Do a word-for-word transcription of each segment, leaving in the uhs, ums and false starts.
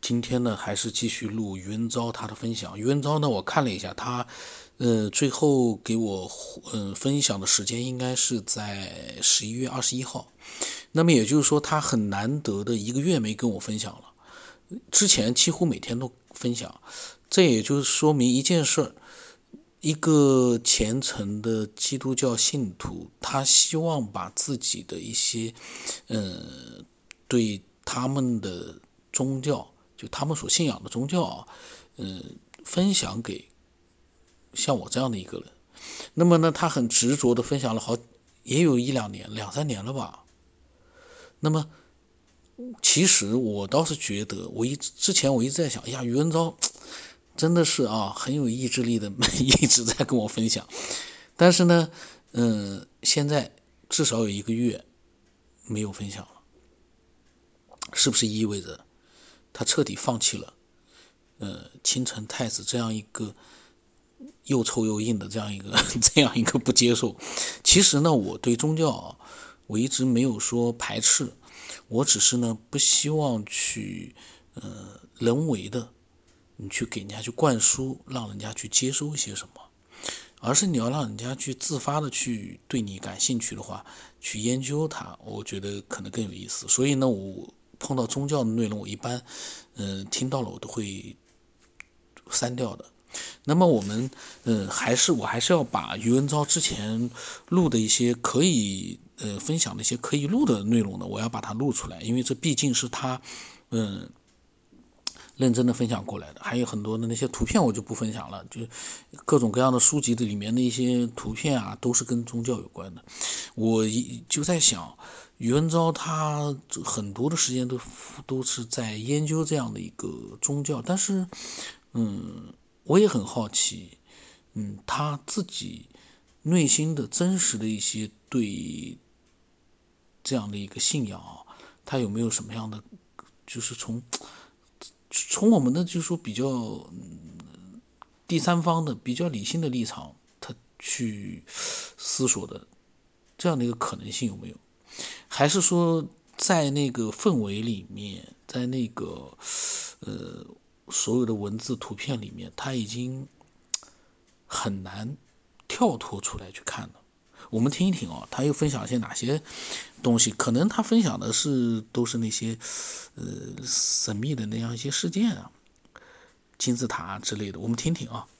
今天呢还是继续录余文昭他的分享。余文昭呢，我看了一下他，呃，最后给我嗯、呃、分享的时间应该是在十一月二十一号。那么也就是说，他很难得的一个月没跟我分享了。之前几乎每天都分享，这也就是说明一件事儿：一个虔诚的基督教信徒，他希望把自己的一些，呃，对他们的宗教，就他们所信仰的宗教啊，呃，分享给像我这样的一个人。那么呢，他很执着的分享了好，也有一两年、两三年了吧。那么，其实我倒是觉得，我一之前我一直在想，哎呀，余文昭真的是啊，很有意志力的，一直在跟我分享。但是呢，嗯、呃，现在至少有一个月没有分享了，是不是意味着他彻底放弃了呃青城太子这样一个又臭又硬的这样一个这样一个不接受？其实呢，我对宗教啊，我一直没有说排斥，我只是呢不希望去呃人为的你去给人家去灌输，让人家去接收一些什么，而是你要让人家去自发的去对你感兴趣的话，去研究它，我觉得可能更有意思。所以呢，我碰到宗教的内容，我一般嗯、呃、听到了我都会删掉的。那么我们呃还是我还是要把余文昭之前录的一些可以呃分享的一些可以录的内容呢，我要把它录出来，因为这毕竟是他嗯、呃认真的分享过来的。还有很多的那些图片我就不分享了，就各种各样的书籍的里面的一些图片啊，都是跟宗教有关的。我就在想，余文昭他很多的时间都都是在研究这样的一个宗教，但是嗯我也很好奇，嗯，他自己内心的真实的一些对这样的一个信仰啊，他有没有什么样的，就是从从我们的就是说比较、嗯、第三方的比较理性的立场，他去思索的这样的一个可能性有没有？还是说在那个氛围里面，在那个呃所有的文字图片里面，他已经很难跳脱出来去看了。我们听一听哦，他又分享一些哪些东西？可能他分享的是都是那些呃神秘的那样一些事件啊，金字塔之类的，我们听听啊。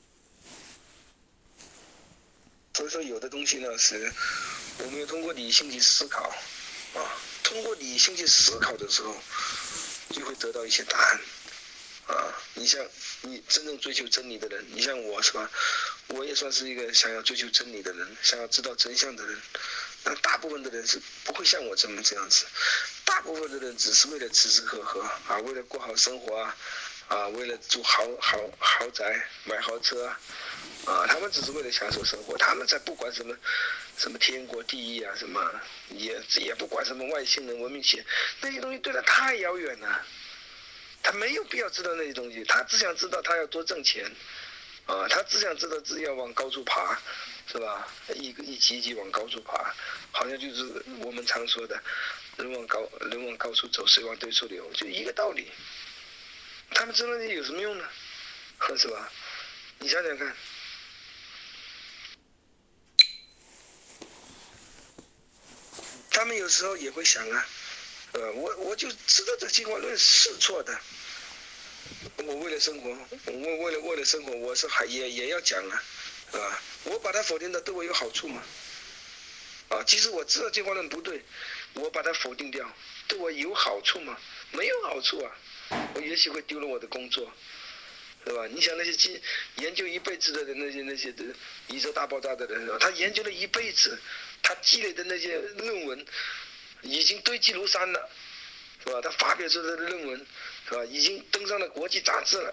所以说，有的东西呢，是我们要通过理性去思考啊，通过理性去思考的时候，就会得到一些答案啊。你像你真正追求真理的人，你像我是吧？我也算是一个想要追求真理的人，想要知道真相的人。但大部分的人是不会像我这么这样子，大部分的人只是为了吃吃喝喝啊，为了过好生活啊，啊，为了住好好豪宅、买豪车啊，啊，他们只是为了享受生活，他们才不管什么什么天国地义啊，什么也也不管什么外星人文明起，那些东西对他太遥远了，他没有必要知道那些东西，他只想知道他要多挣钱。啊，他只想知道自己要往高处爬，是吧？一个一级一级往高处爬，好像就是我们常说的“人往高人往高处走，水往低处流”，就一个道理。他们知道那有什么用呢？是吧？你想想看，他们有时候也会想啊，呃，我我就知道这进化论是错的。我为了生活，我为了为了生活，我是还也也要讲啊，啊，我把它否定的对我有好处吗？啊，即使我知道进化论不对，我把它否定掉，对我有好处吗？没有好处啊，我也许会丢了我的工作，是吧？你想那些研研究一辈子的那些那些的宇宙大爆炸的人，他研究了一辈子，他积累的那些论文已经堆积如山了，是吧？他发表出来的论文，是吧？已经登上了国际杂志了。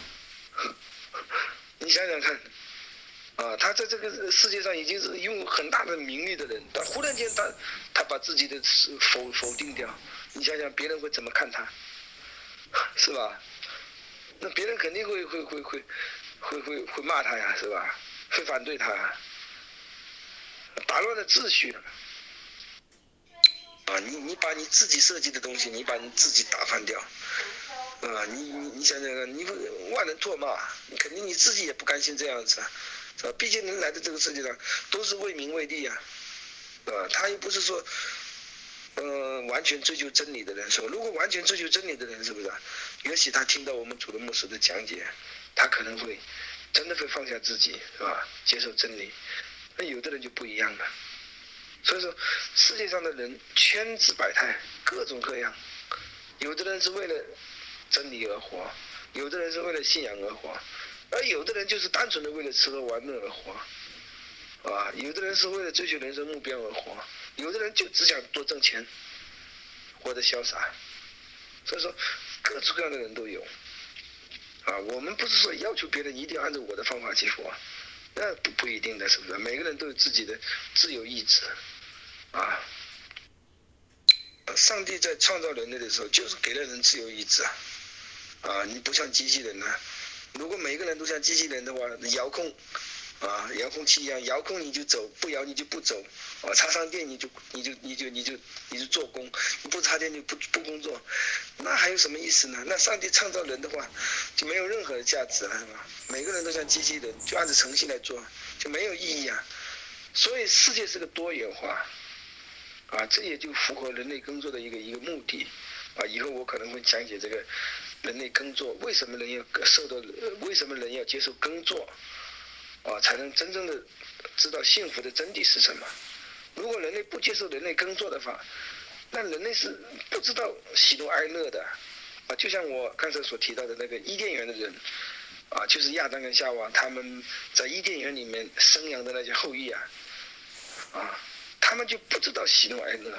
你想想看，啊，他在这个世界上已经是拥有很大的名利的人，但忽然间他他把自己的否否定掉，你想想别人会怎么看他，是吧？那别人肯定会会会会会会会骂他呀，是吧？会反对他呀，打乱了秩序。啊，你你把你自己设计的东西，你把你自己打翻掉， 啊，你你你想想看，你万人唾骂，你肯定你自己也不甘心这样子啊，是吧？毕竟人来到这个世界上都是为名为利啊，是吧？他又不是说，呃，完全追求真理的人，是吧？如果完全追求真理的人，是不是？也许他听到我们主的牧师的讲解，他可能会真的会放下自己，是吧？接受真理。那有的人就不一样了。所以说，世界上的人千姿百态，各种各样。有的人是为了真理而活，有的人是为了信仰而活，而有的人就是单纯的为了吃喝玩乐而活，啊，有的人是为了追求人生目标而活，有的人就只想多挣钱，活得潇洒。所以说，各种各样的人都有。啊，我们不是说要求别人一定要按照我的方法去活，那不不一定的，是不是？每个人都有自己的自由意志。啊，上帝在创造人类的时候，就是给了人自由意志啊！啊，你不像机器人啊，如果每个人都像机器人的话，遥控啊，遥控器一样，遥控你就走，不摇你就不走，啊，插上电你就你就你就你就你就做工，你不插电就不不工作，那还有什么意思呢？那上帝创造人的话，就没有任何的价值了，是吧？每个人都像机器人，就按照程序来做，就没有意义啊！所以世界是个多元化。啊，这也就符合人类耕作的一个一个目的，啊，以后我可能会讲解这个人类耕作为什么人要受到，为什么人要接受耕作，啊，才能真正的知道幸福的真谛是什么。如果人类不接受人类耕作的话，那人类是不知道喜怒哀乐的，啊，就像我刚才所提到的那个伊甸园的人，啊，就是亚当跟夏娃他们在伊甸园里面生养的那些后裔啊，啊。他们就不知道喜怒哀乐，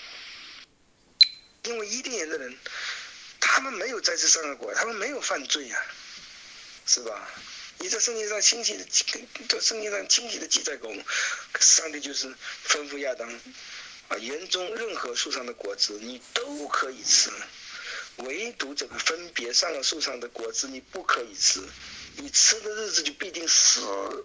因为伊甸园的人，他们没有再次上过，他们没有犯罪呀、啊，是吧？你在圣经上清晰的，在圣经上清晰的记载过，上帝就是吩咐亚当，啊，园中任何树上的果子你都可以吃，唯独这个分别上了树上的果子你不可以吃，你吃的日子就必定死。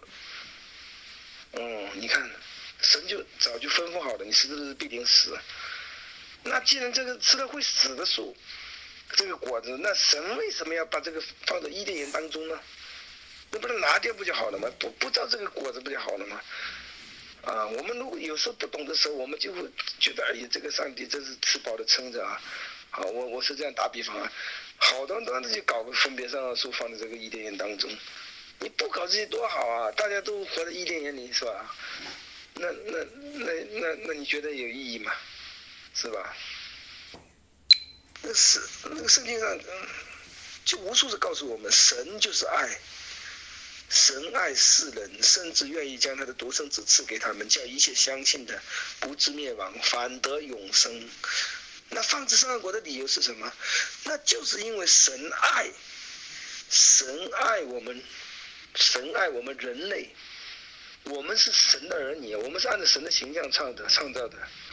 嗯，你看。神就早就吩咐好了，你吃的是必定死。那既然这个吃了会死的树，这个果子，那神为什么要把这个放到伊甸园当中呢？那不能拿掉不就好了吗？不不照这个果子不就好了吗？啊，我们如果有时候不懂的时候，我们就会觉得，哎呀，这个上帝真是吃饱了撑着啊。好，我我是这样打比方啊，好端端的就搞个分别善恶树放在这个伊甸园当中，你不搞这些多好啊！大家都活在伊甸园里是吧？那那那那那你觉得有意义吗？是吧？那是那个圣经上就无数次告诉我们，神就是爱，神爱世人，甚至愿意将他的独生子赐给他们，叫一切相信的不至灭亡，反得永生。那放置善恶果的理由是什么？那就是因为神爱，神爱我们，神爱我们人类。我们是神的儿女，我们是按照神的形象创的创造的。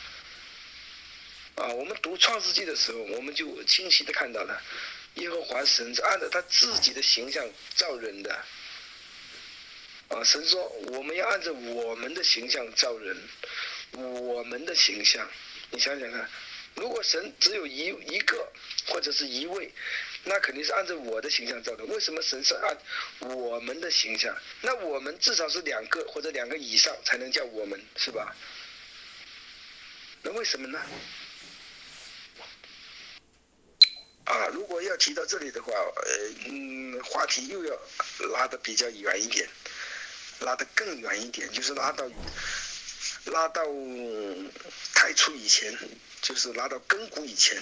啊，我们读创世纪的时候，我们就清晰的看到了，耶和华神是按照他自己的形象造人的。啊，神说我们要按照我们的形象造人，我们的形象，你想想看，如果神只有一一个或者是一位，那肯定是按照我的形象造的。为什么神是按我们的形象？那我们至少是两个或者两个以上才能叫我们，是吧？那为什么呢？啊，如果要提到这里的话，呃，嗯，话题又要拉得比较远一点，拉得更远一点，就是拉到拉到太初以前，就是拉到亘古以前。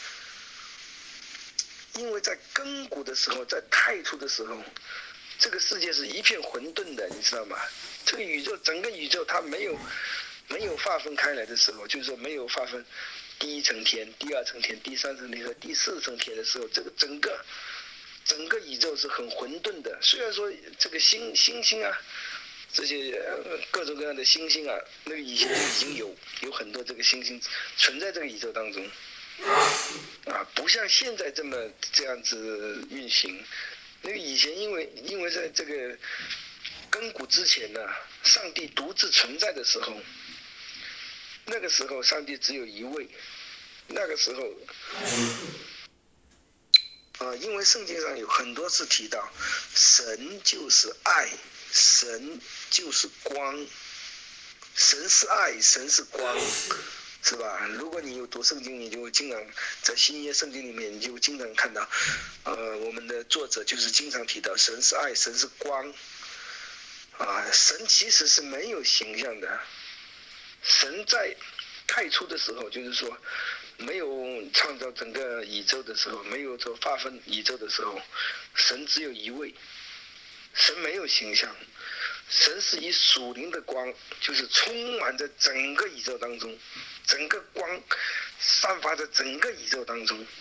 因为在亘古的时候，在太初的时候，这个世界是一片混沌的，你知道吗？这个宇宙，整个宇宙它没有没有划分开来的时候，就是说没有划分第一层天、第二层天、第三层天和第四层天的时候，这个整个整个宇宙是很混沌的。虽然说这个星星星啊，这些各种各样的星星啊，那个以前就已经有有很多这个星星存在这个宇宙当中。啊，不像现在这么这样子运行。那个以前因为因为在这个亘古之前呢、啊，上帝独自存在的时候，那个时候上帝只有一位，那个时候呃，因为圣经上有很多次提到，神就是爱，神就是光，神是爱，神是光，是吧？如果你有读圣经，你就会经常在新约圣经里面，你就会经常看到，呃，我们的作者就是经常提到神是爱，神是光，啊，神其实是没有形象的，神在太初的时候，就是说没有创造整个宇宙的时候，没有做划分宇宙的时候，神只有一位，神没有形象，神是以属灵的光，就是充满着整个宇宙当中，整个光散发在整个宇宙当中，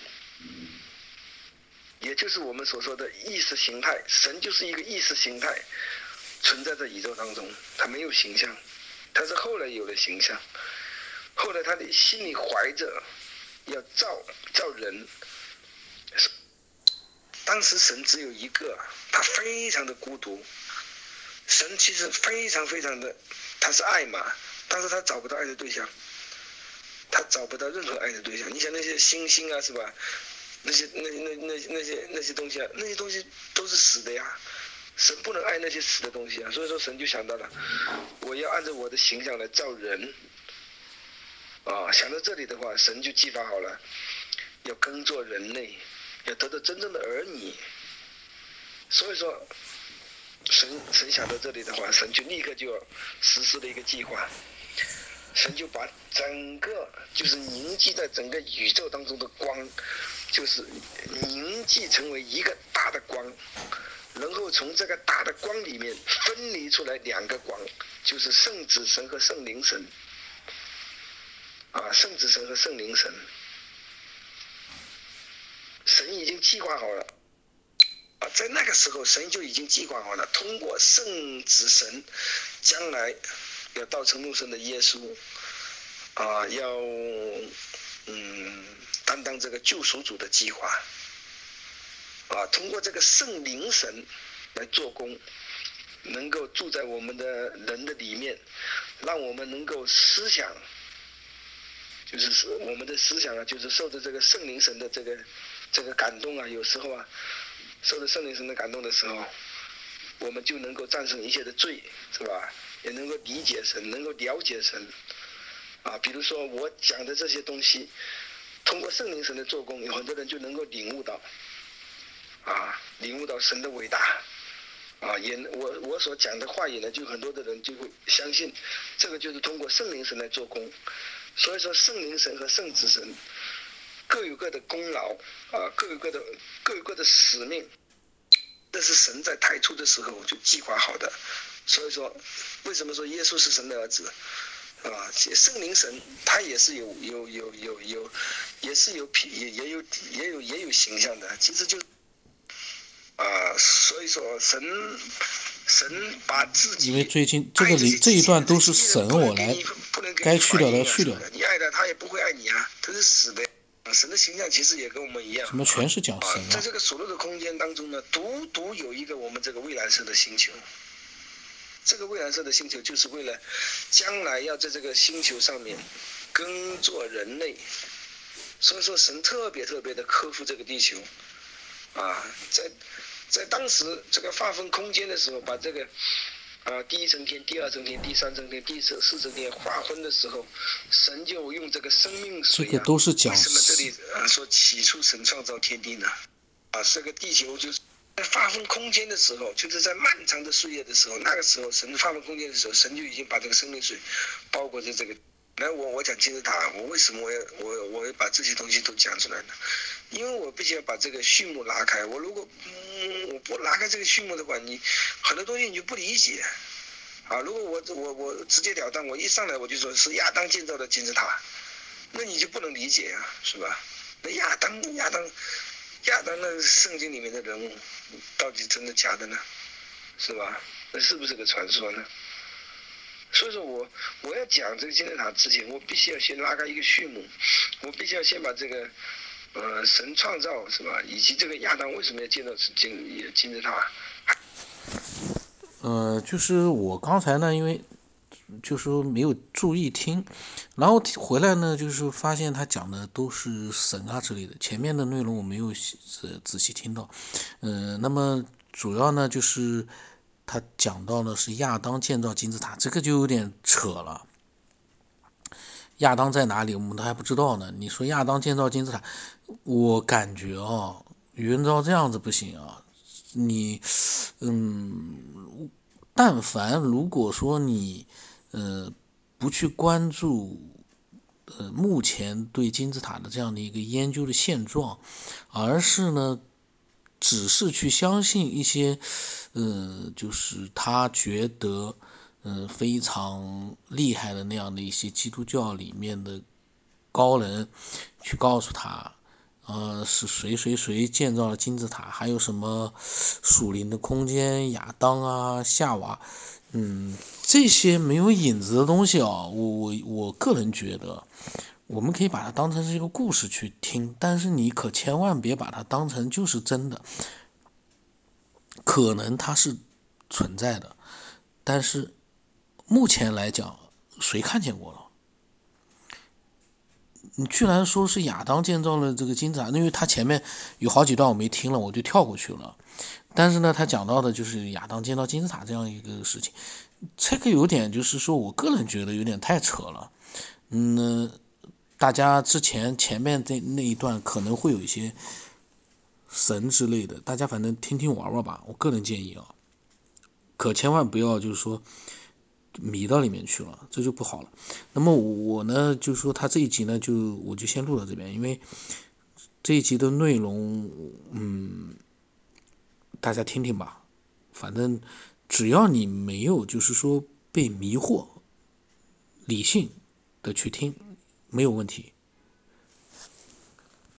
也就是我们所说的意识形态，神就是一个意识形态存在在宇宙当中，他没有形象，他是后来有了形象，后来他的心里怀着要造造人，当时神只有一个，他非常的孤独，神其实非常非常的，他是爱嘛，但是他找不到爱的对象，他找不到任何爱的对象。你想那些星星啊，是吧？那些那那那那些那些东西啊，那些东西都是死的呀，神不能爱那些死的东西啊，所以说神就想到了，我要按照我的形象来造人。啊，想到这里的话，神就计划好了，要耕作人类，要得到真正的儿女。所以说，神神想到这里的话，神就立刻就要实施了一个计划。神就把整个就是凝聚在整个宇宙当中的光，就是凝聚成为一个大的光，然后从这个大的光里面分离出来两个光，就是圣子神和圣灵神。啊，圣子神和圣灵神，神已经计划好了。啊，在那个时候，神就已经计划好了，通过圣子神，将来要道成肉身的耶稣，啊，要嗯担当这个救赎主的计划。啊，通过这个圣灵神来做工，能够住在我们的人的里面，让我们能够思想。就是我们的思想啊，就是受着这个圣灵神的这个这个感动啊，有时候啊，受着圣灵神的感动的时候，我们就能够战胜一切的罪，是吧？也能够理解神，能够了解神，啊，比如说我讲的这些东西，通过圣灵神的做工，有很多人就能够领悟到，啊，领悟到神的伟大，啊，也我我所讲的话语呢，就很多的人就会相信，这个就是通过圣灵神来做工。所以说，圣灵神和圣子神各有各的功劳，啊，各有各的各有各的使命，这是神在太初的时候就计划好的。所以说，为什么说耶稣是神的儿子？啊，圣灵神他也是有有有有有，也是有也也有也有也有形象的。其实就啊，所以说神。神把自己， 因为最近这个里这一段都是神我来该去掉的去掉。 你爱他，他也不会爱你啊，他是死的。神的形象其实也跟我们一样。 怎么全是讲神啊？ 在这个所有的空间当中呢，独独有一个我们这个蔚蓝色的星球。这个蔚蓝色的星球就是为了将来要在这个星球上面耕作人类，所以说神特别特别的呵护这个地球，啊，在。在当时这个划分空间的时候，把这个啊、呃、第一层天、第二层天、第三层天、第四层天划分的时候，神就用这个生命水啊。 这个都是讲。 为什么这里啊说起初神创造天地呢？啊，这个地球就是在划分空间的时候，就是在漫长的岁月的时候，那个时候神划分空间的时候，神就已经把这个生命水包裹在这个。来，我我讲金字塔，我为什么我要我我要把这些东西都讲出来呢？因为我必须要把这个序幕拉开。我如果嗯我不拉开这个序幕的话，你很多东西你就不理解啊。如果我我我直截了当，我一上来我就说是亚当建造的金字塔，那你就不能理解啊，是吧？那亚当亚当亚当那圣经里面的人物，到底真的假的呢？是吧？那是不是个传说呢？所以说我我要讲这个金字塔之前，我必须要先拉开一个序幕，我必须要先把这个呃神创造是吧，以及这个亚当为什么要建造金金字塔。 呃，就是我刚才呢，因为就是说没有注意听，然后回来呢，就是发现他讲的都是神啊之类的，前面的内容我没有仔细听到。嗯、呃，那么主要呢就是他讲到的是亚当建造金字塔，这个就有点扯了。亚当在哪里，我们都还不知道呢。你说亚当建造金字塔，我感觉啊，元昭这样子不行啊。你，嗯，但凡如果说你，呃，不去关注，呃，目前对金字塔的这样的一个研究的现状，而是呢，只是去相信一些，呃，就是他觉得。嗯，非常厉害的那样的一些基督教里面的高人去告诉他，呃，是谁谁谁建造了金字塔，还有什么属灵的空间，亚当啊、夏娃，嗯，这些没有影子的东西啊，我我我个人觉得，我们可以把它当成是一个故事去听，但是你可千万别把它当成就是真的，可能它是存在的，但是。目前来讲，谁看见过了？你居然说是亚当建造了这个金字塔，因为他前面有好几段我没听了，我就跳过去了。但是呢，他讲到的就是亚当建造金字塔这样一个事情，这个有点就是说我个人觉得有点太扯了。嗯，大家之前前面这那一段可能会有一些神之类的，大家反正听听玩玩吧。我个人建议啊，可千万不要就是说。迷到里面去了，这就不好了。那么我呢，就说他这一集呢，就我就先录到这边，因为这一集的内容，嗯，大家听听吧。反正只要你没有就是说被迷惑，理性的去听，没有问题。